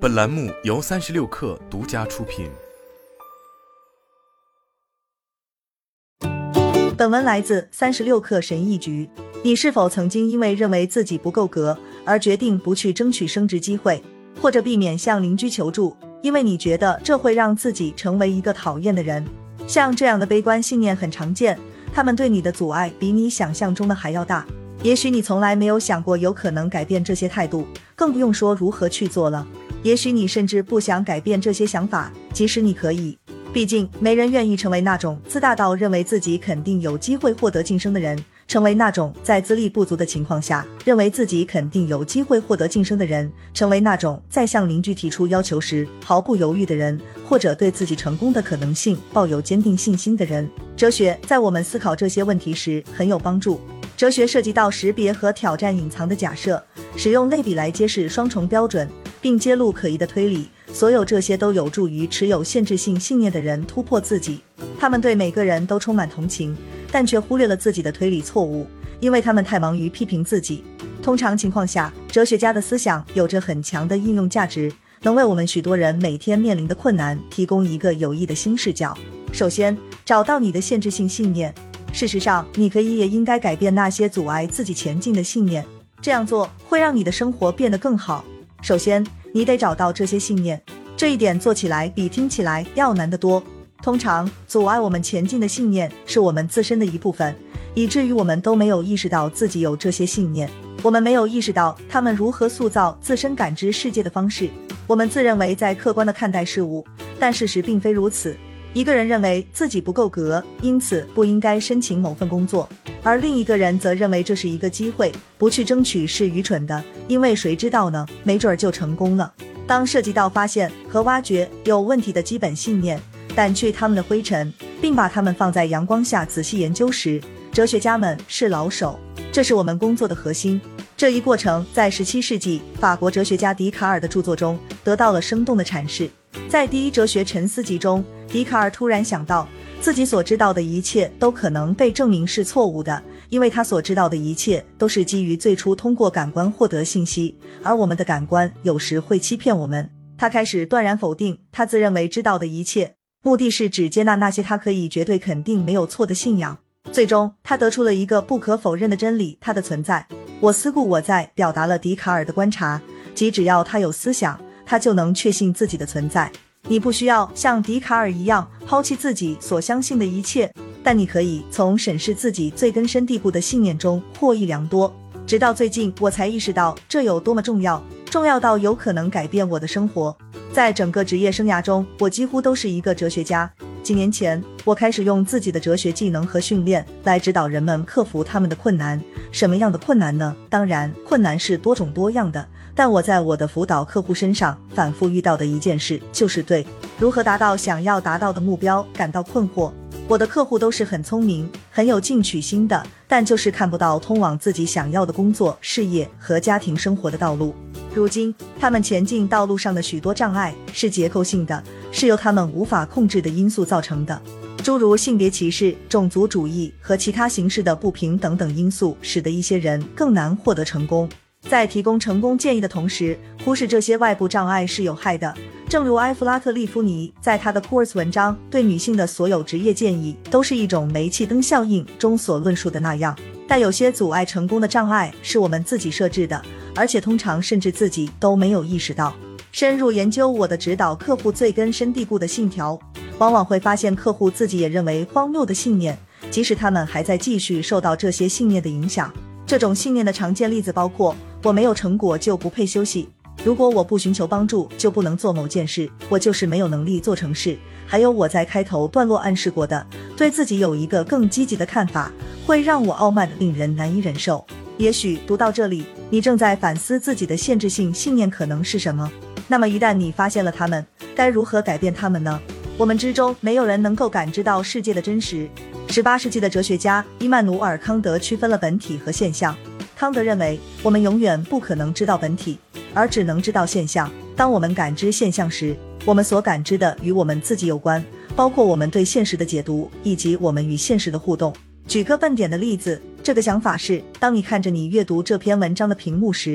本栏目由36氪独家出品。 本文来自36氪神译局。你是否曾经因为认为自己不够格而决定不去争取升职机会，或者避免向邻居求助，因为你觉得这会让自己成为一个讨厌的人？像这样的悲观信念很常见，他们对你的阻碍比你想象中的还要大。也许你从来没有想过有可能改变这些态度，更不用说如何去做了。也许你甚至不想改变这些想法，即使你可以。毕竟没人愿意成为那种自大到认为自己肯定有机会获得晋升的人，成为那种在资历不足的情况下认为自己肯定有机会获得晋升的人，成为那种在向邻居提出要求时毫不犹豫的人，或者对自己成功的可能性抱有坚定信心的人。哲学在我们思考这些问题时很有帮助。哲学涉及到识别和挑战隐藏的假设，使用类比来揭示双重标准，并揭露可疑的推理。所有这些都有助于持有限制性信念的人突破自己。他们对每个人都充满同情，但却忽略了自己的推理错误，因为他们太忙于批评自己。通常情况下，哲学家的思想有着很强的应用价值，能为我们许多人每天面临的困难提供一个有益的新视角。首先，找到你的限制性信念。事实上，你可以也应该改变那些阻碍自己前进的信念，这样做会让你的生活变得更好。首先，你得找到这些信念，这一点做起来比听起来要难得多。通常，阻碍我们前进的信念是我们自身的一部分，以至于我们都没有意识到自己有这些信念。我们没有意识到他们如何塑造自身感知世界的方式。我们自认为在客观地看待事物，但事实并非如此。一个人认为自己不够格，因此不应该申请某份工作，而另一个人则认为这是一个机会，不去争取是愚蠢的，因为谁知道呢，没准就成功了。当涉及到发现和挖掘有问题的基本信念，掸去他们的灰尘，并把它们放在阳光下仔细研究时，哲学家们是老手，这是我们工作的核心。这一过程在17世纪法国哲学家笛卡尔的著作中得到了生动的阐释。在第一哲学沉思集中，笛卡尔突然想到，自己所知道的一切都可能被证明是错误的，因为他所知道的一切都是基于最初通过感官获得信息，而我们的感官有时会欺骗我们。他开始断然否定他自认为知道的一切，目的是只接纳那些他可以绝对肯定没有错的信仰。最终，他得出了一个不可否认的真理，他的存在。我思故我在表达了笛卡尔的观察，即只要他有思想，他就能确信自己的存在。你不需要像笛卡尔一样抛弃自己所相信的一切，但你可以从审视自己最根深蒂固的信念中获益良多。直到最近，我才意识到这有多么重要，重要到有可能改变我的生活。在整个职业生涯中，我几乎都是一个哲学家。几年前，我开始用自己的哲学技能和训练来指导人们克服他们的困难。什么样的困难呢？当然，困难是多种多样的，但我在我的辅导客户身上反复遇到的一件事，就是对如何达到想要达到的目标感到困惑。我的客户都是很聪明，很有进取心的，但就是看不到通往自己想要的工作、事业和家庭生活的道路。如今，他们前进道路上的许多障碍是结构性的，是由他们无法控制的因素造成的。诸如性别歧视、种族主义和其他形式的不平等等因素，使得一些人更难获得成功。在提供成功建议的同时，忽视这些外部障碍是有害的。正如埃弗拉特利夫尼在他的 Course 文章对女性的所有职业建议都是一种煤气灯效应中所论述的那样，但有些阻碍成功的障碍是我们自己设置的，而且通常甚至自己都没有意识到。深入研究我的指导客户最根深蒂固的信条，往往会发现客户自己也认为荒谬的信念，即使他们还在继续受到这些信念的影响。这种信念的常见例子包括：我没有成果就不配休息，如果我不寻求帮助就不能做某件事，我就是没有能力做成事。还有我在开头段落暗示过的，对自己有一个更积极的看法，会让我傲慢的令人难以忍受。也许读到这里，你正在反思自己的限制性信念可能是什么。那么一旦你发现了它们，该如何改变它们呢？我们之中没有人能够感知到世界的真实。18世纪的哲学家伊曼努尔·康德区分了本体和现象。康德认为，我们永远不可能知道本体，而只能知道现象。当我们感知现象时，我们所感知的与我们自己有关，包括我们对现实的解读，以及我们与现实的互动。举个笨点的例子，这个想法是，当你看着你阅读这篇文章的屏幕时，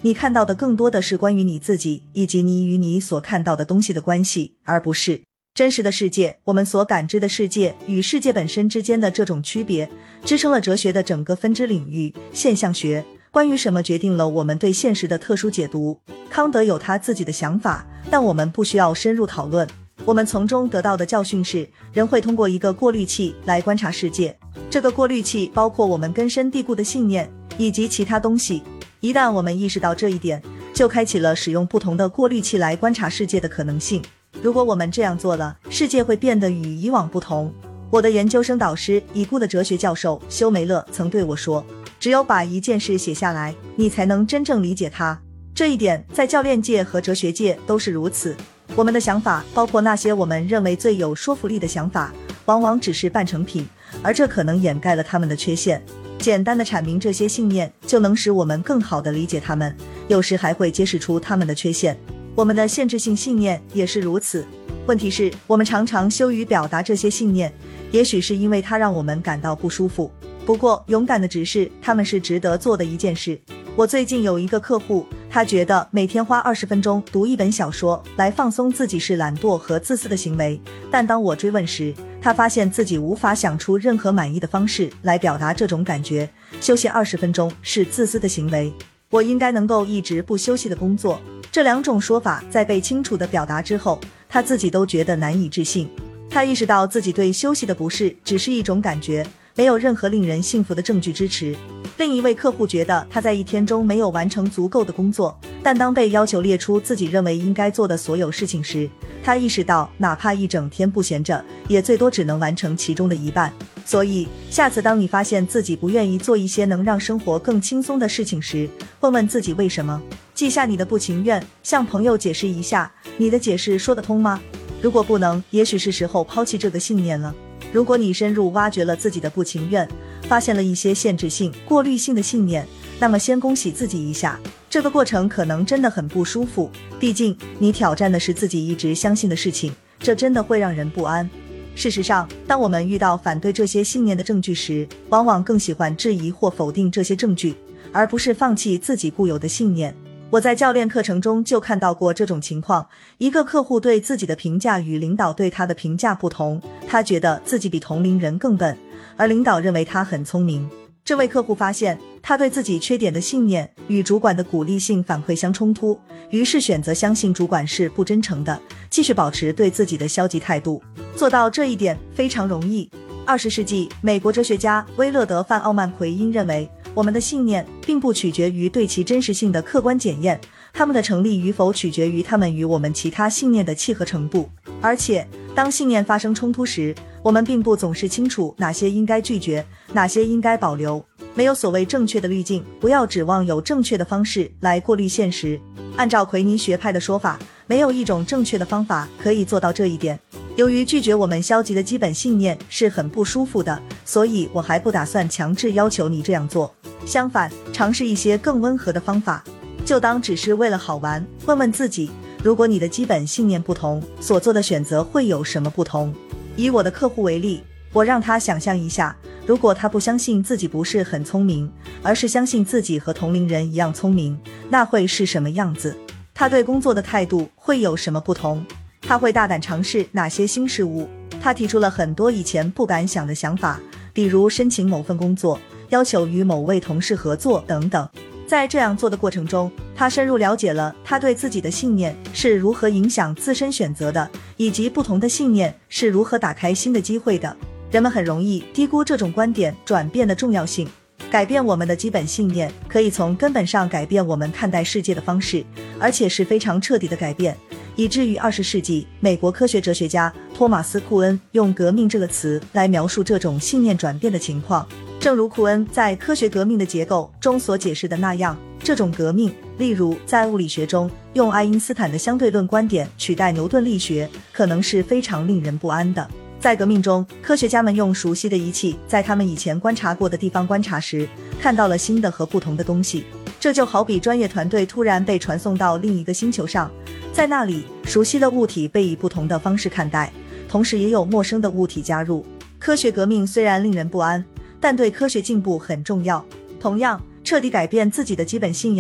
你看到的更多的是关于你自己以及你与你所看到的东西的关系，而不是真实的世界。我们所感知的世界与世界本身之间的这种区别，支撑了哲学的整个分支领域——现象学。关于什么决定了我们对现实的特殊解读，康德有他自己的想法，但我们不需要深入讨论。我们从中得到的教训是，人会通过一个过滤器来观察世界，这个过滤器包括我们根深蒂固的信念以及其他东西。一旦我们意识到这一点，就开启了使用不同的过滤器来观察世界的可能性。如果我们这样做了，世界会变得与以往不同。我的研究生导师，已故的哲学教授休梅勒曾对我说，只有把一件事写下来，你才能真正理解它。这一点在教练界和哲学界都是如此。我们的想法，包括那些我们认为最有说服力的想法，往往只是半成品，而这可能掩盖了他们的缺陷。简单的阐明这些信念，就能使我们更好地理解他们，有时还会揭示出他们的缺陷。我们的限制性信念也是如此。问题是，我们常常羞于表达这些信念，也许是因为它让我们感到不舒服。不过，勇敢地直视他们是值得做的一件事。我最近有一个客户，他觉得每天花20分钟读一本小说来放松自己是懒惰和自私的行为，但当我追问时，他发现自己无法想出任何满意的方式来表达这种感觉。休息20分钟是自私的行为，我应该能够一直不休息的工作。这两种说法在被清楚地表达之后，他自己都觉得难以置信。他意识到自己对休息的不适只是一种感觉，没有任何令人信服的证据支持。另一位客户觉得他在一天中没有完成足够的工作，但当被要求列出自己认为应该做的所有事情时，他意识到哪怕一整天不闲着，也最多只能完成其中的一半。所以下次当你发现自己不愿意做一些能让生活更轻松的事情时，问问自己为什么，记下你的不情愿，向朋友解释一下，你的解释说得通吗？如果不能，也许是时候抛弃这个信念了。如果你深入挖掘了自己的不情愿，发现了一些限制性、过滤性的信念，那么先恭喜自己一下，这个过程可能真的很不舒服，毕竟你挑战的是自己一直相信的事情，这真的会让人不安。事实上，当我们遇到反对这些信念的证据时，往往更喜欢质疑或否定这些证据，而不是放弃自己固有的信念。我在教练课程中就看到过这种情况，一个客户对自己的评价与领导对他的评价不同，他觉得自己比同龄人更笨，而领导认为他很聪明。这位客户发现他对自己缺点的信念与主管的鼓励性反馈相冲突，于是选择相信主管是不真诚的，继续保持对自己的消极态度。做到这一点非常容易。20世纪美国哲学家威勒德·范奥曼奎因认为，我们的信念并不取决于对其真实性的客观检验，它们的成立与否取决于它们与我们其他信念的契合程度。而且当信念发生冲突时，我们并不总是清楚哪些应该拒绝，哪些应该保留。没有所谓正确的滤镜，不要指望有正确的方式来过滤现实。按照奎尼学派的说法，没有一种正确的方法可以做到这一点。由于拒绝我们消极的基本信念是很不舒服的，所以我还不打算强制要求你这样做。相反，尝试一些更温和的方法，就当只是为了好玩。问问自己，如果你的基本信念不同，所做的选择会有什么不同？以我的客户为例，我让他想象一下，如果他不相信自己不是很聪明，而是相信自己和同龄人一样聪明，那会是什么样子？他对工作的态度会有什么不同？他会大胆尝试哪些新事物？他提出了很多以前不敢想的想法，比如申请某份工作，要求与某位同事合作等等。在这样做的过程中，他深入了解了他对自己的信念是如何影响自身选择的，以及不同的信念是如何打开新的机会的。人们很容易低估这种观点转变的重要性。改变我们的基本信念，可以从根本上改变我们看待世界的方式，而且是非常彻底的改变，以至于20世纪美国科学哲学家托马斯·库恩用革命这个词来描述这种信念转变的情况。正如库恩在科学革命的结构中所解释的那样，这种革命，例如在物理学中用爱因斯坦的相对论观点取代牛顿力学，可能是非常令人不安的。在革命中，科学家们用熟悉的仪器在他们以前观察过的地方观察时，看到了新的和不同的东西。这就好比专业团队突然被传送到另一个星球上，在那里，熟悉的物体被以不同的方式看待，同时也有陌生的物体加入。科学革命虽然令人不安，但对科学进步很重要。同样，彻底改变自己的基本信仰，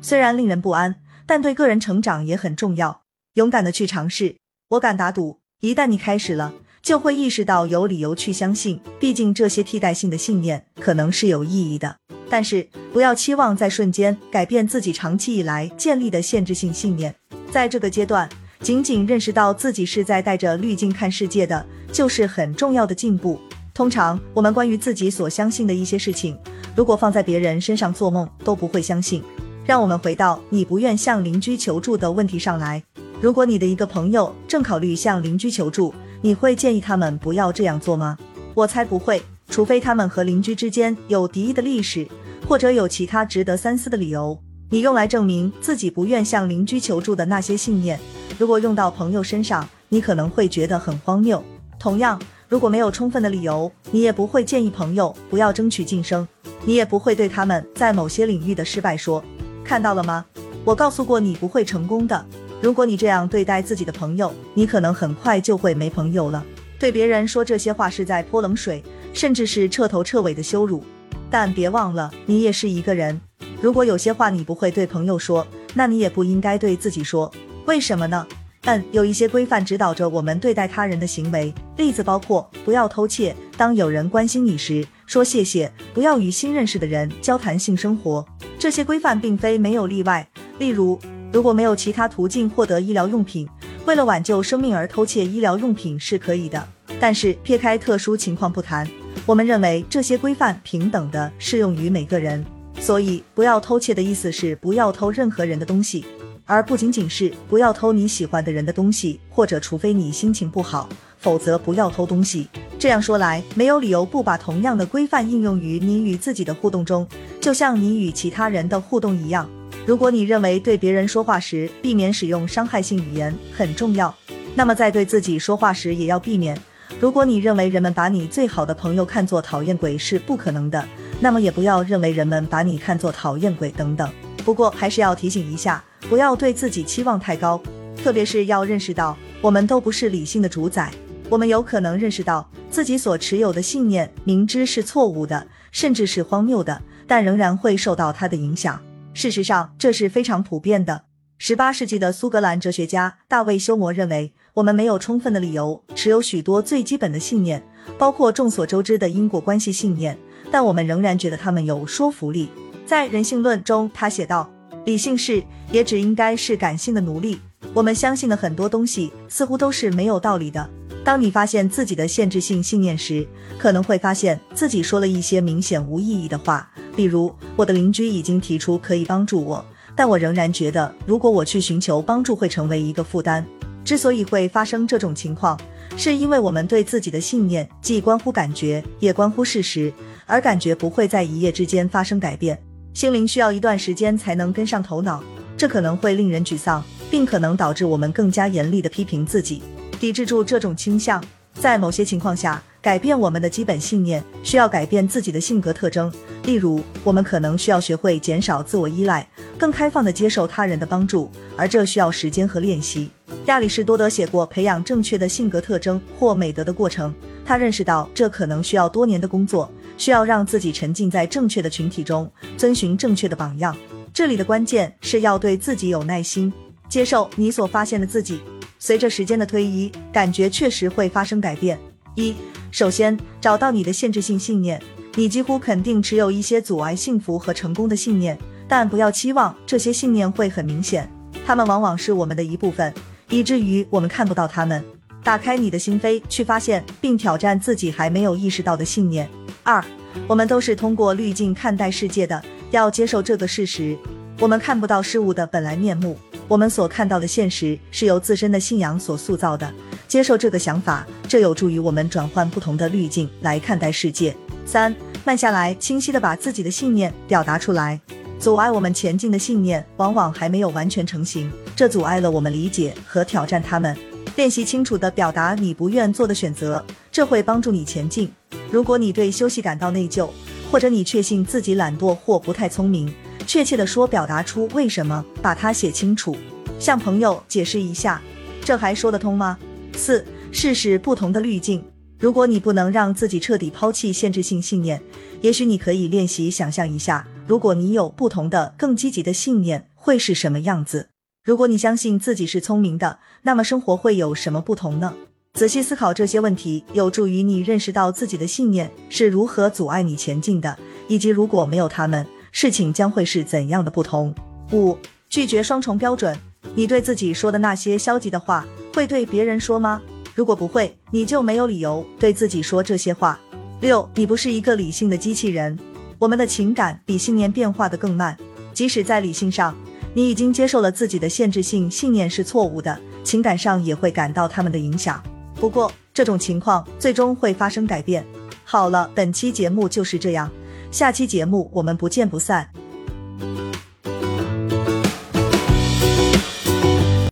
虽然令人不安，但对个人成长也很重要。勇敢的去尝试，我敢打赌，一旦你开始了，就会意识到有理由去相信，毕竟这些替代性的信念可能是有意义的。但是不要期望在瞬间改变自己长期以来建立的限制性信念。在这个阶段，仅仅认识到自己是在带着滤镜看世界的，就是很重要的进步。通常我们关于自己所相信的一些事情，如果放在别人身上做梦都不会相信。让我们回到你不愿向邻居求助的问题上来。如果你的一个朋友正考虑向邻居求助，你会建议他们不要这样做吗？我猜不会，除非他们和邻居之间有敌意的历史，或者有其他值得三思的理由。你用来证明自己不愿向邻居求助的那些信念，如果用到朋友身上，你可能会觉得很荒谬。同样，如果没有充分的理由，你也不会建议朋友不要争取晋升，你也不会对他们在某些领域的失败说，看到了吗？我告诉过你不会成功的。如果你这样对待自己的朋友，你可能很快就会没朋友了。对别人说这些话是在泼冷水，甚至是彻头彻尾的羞辱。但别忘了，你也是一个人。如果有些话你不会对朋友说，那你也不应该对自己说。为什么呢？有一些规范指导着我们对待他人的行为，例子包括不要偷窃，当有人关心你时说谢谢，不要与新认识的人交谈性生活。这些规范并非没有例外，例如如果没有其他途径获得医疗用品，为了挽救生命而偷窃医疗用品是可以的。但是撇开特殊情况不谈，我们认为这些规范平等的适用于每个人。所以不要偷窃的意思是不要偷任何人的东西，而不仅仅是不要偷你喜欢的人的东西，或者除非你心情不好，否则不要偷东西。这样说来，没有理由不把同样的规范应用于你与自己的互动中，就像你与其他人的互动一样。如果你认为对别人说话时避免使用伤害性语言很重要，那么在对自己说话时也要避免。如果你认为人们把你最好的朋友看作讨厌鬼是不可能的，那么也不要认为人们把你看作讨厌鬼等等。不过还是要提醒一下，不要对自己期望太高，特别是要认识到我们都不是理性的主宰。我们有可能认识到自己所持有的信念明知是错误的，甚至是荒谬的，但仍然会受到它的影响。事实上，这是非常普遍的。18世纪的苏格兰哲学家大卫休谟认为，我们没有充分的理由持有许多最基本的信念，包括众所周知的因果关系信念，但我们仍然觉得他们有说服力。在人性论中，他写道，理性是也只应该是感性的奴隶。我们相信的很多东西似乎都是没有道理的。当你发现自己的限制性信念时，可能会发现自己说了一些明显无意义的话，例如我的邻居已经提出可以帮助我，但我仍然觉得如果我去寻求帮助会成为一个负担。之所以会发生这种情况，是因为我们对自己的信念既关乎感觉也关乎事实，而感觉不会在一夜之间发生改变，心灵需要一段时间才能跟上头脑，这可能会令人沮丧，并可能导致我们更加严厉地批评自己。抵制住这种倾向，在某些情况下，改变我们的基本信念需要改变自己的性格特征。例如，我们可能需要学会减少自我依赖，更开放地接受他人的帮助，而这需要时间和练习。亚里士多德写过培养正确的性格特征或美德的过程，他认识到这可能需要多年的工作，需要让自己沉浸在正确的群体中，遵循正确的榜样。这里的关键是要对自己有耐心，接受你所发现的自己。随着时间的推移，感觉确实会发生改变。首先，找到你的限制性信念。你几乎肯定持有一些阻碍幸福和成功的信念，但不要期望这些信念会很明显，它们往往是我们的一部分，以至于我们看不到它们。打开你的心扉，去发现并挑战自己还没有意识到的信念。我们都是通过滤镜看待世界的，要接受这个事实。我们看不到事物的本来面目，我们所看到的现实是由自身的信仰所塑造的。接受这个想法，这有助于我们转换不同的滤镜来看待世界。慢下来，清晰地把自己的信念表达出来。阻碍我们前进的信念往往还没有完全成型，这阻碍了我们理解和挑战它们。练习清楚地表达你不愿做的选择，这会帮助你前进。如果你对休息感到内疚，或者你确信自己懒惰或不太聪明，确切地说，表达出为什么，把它写清楚，向朋友解释一下，这还说得通吗？4. 试试不同的滤镜。如果你不能让自己彻底抛弃限制性信念，也许你可以练习想象一下， 如果你有不同的更积极的信念，会是什么样子？如果你相信自己是聪明的，那么生活会有什么不同呢？仔细思考这些问题，有助于你认识到自己的信念是如何阻碍你前进的，以及如果没有它们，事情将会是怎样的不同。5. 拒绝双重标准。你对自己说的那些消极的话，会对别人说吗？如果不会，你就没有理由对自己说这些话。6. 你不是一个理性的机器人。我们的情感比信念变化得更慢，即使在理性上，你已经接受了自己的限制性信念是错误的，情感上也会感到他们的影响。不过，这种情况最终会发生改变。好了，本期节目就是这样，下期节目我们不见不散。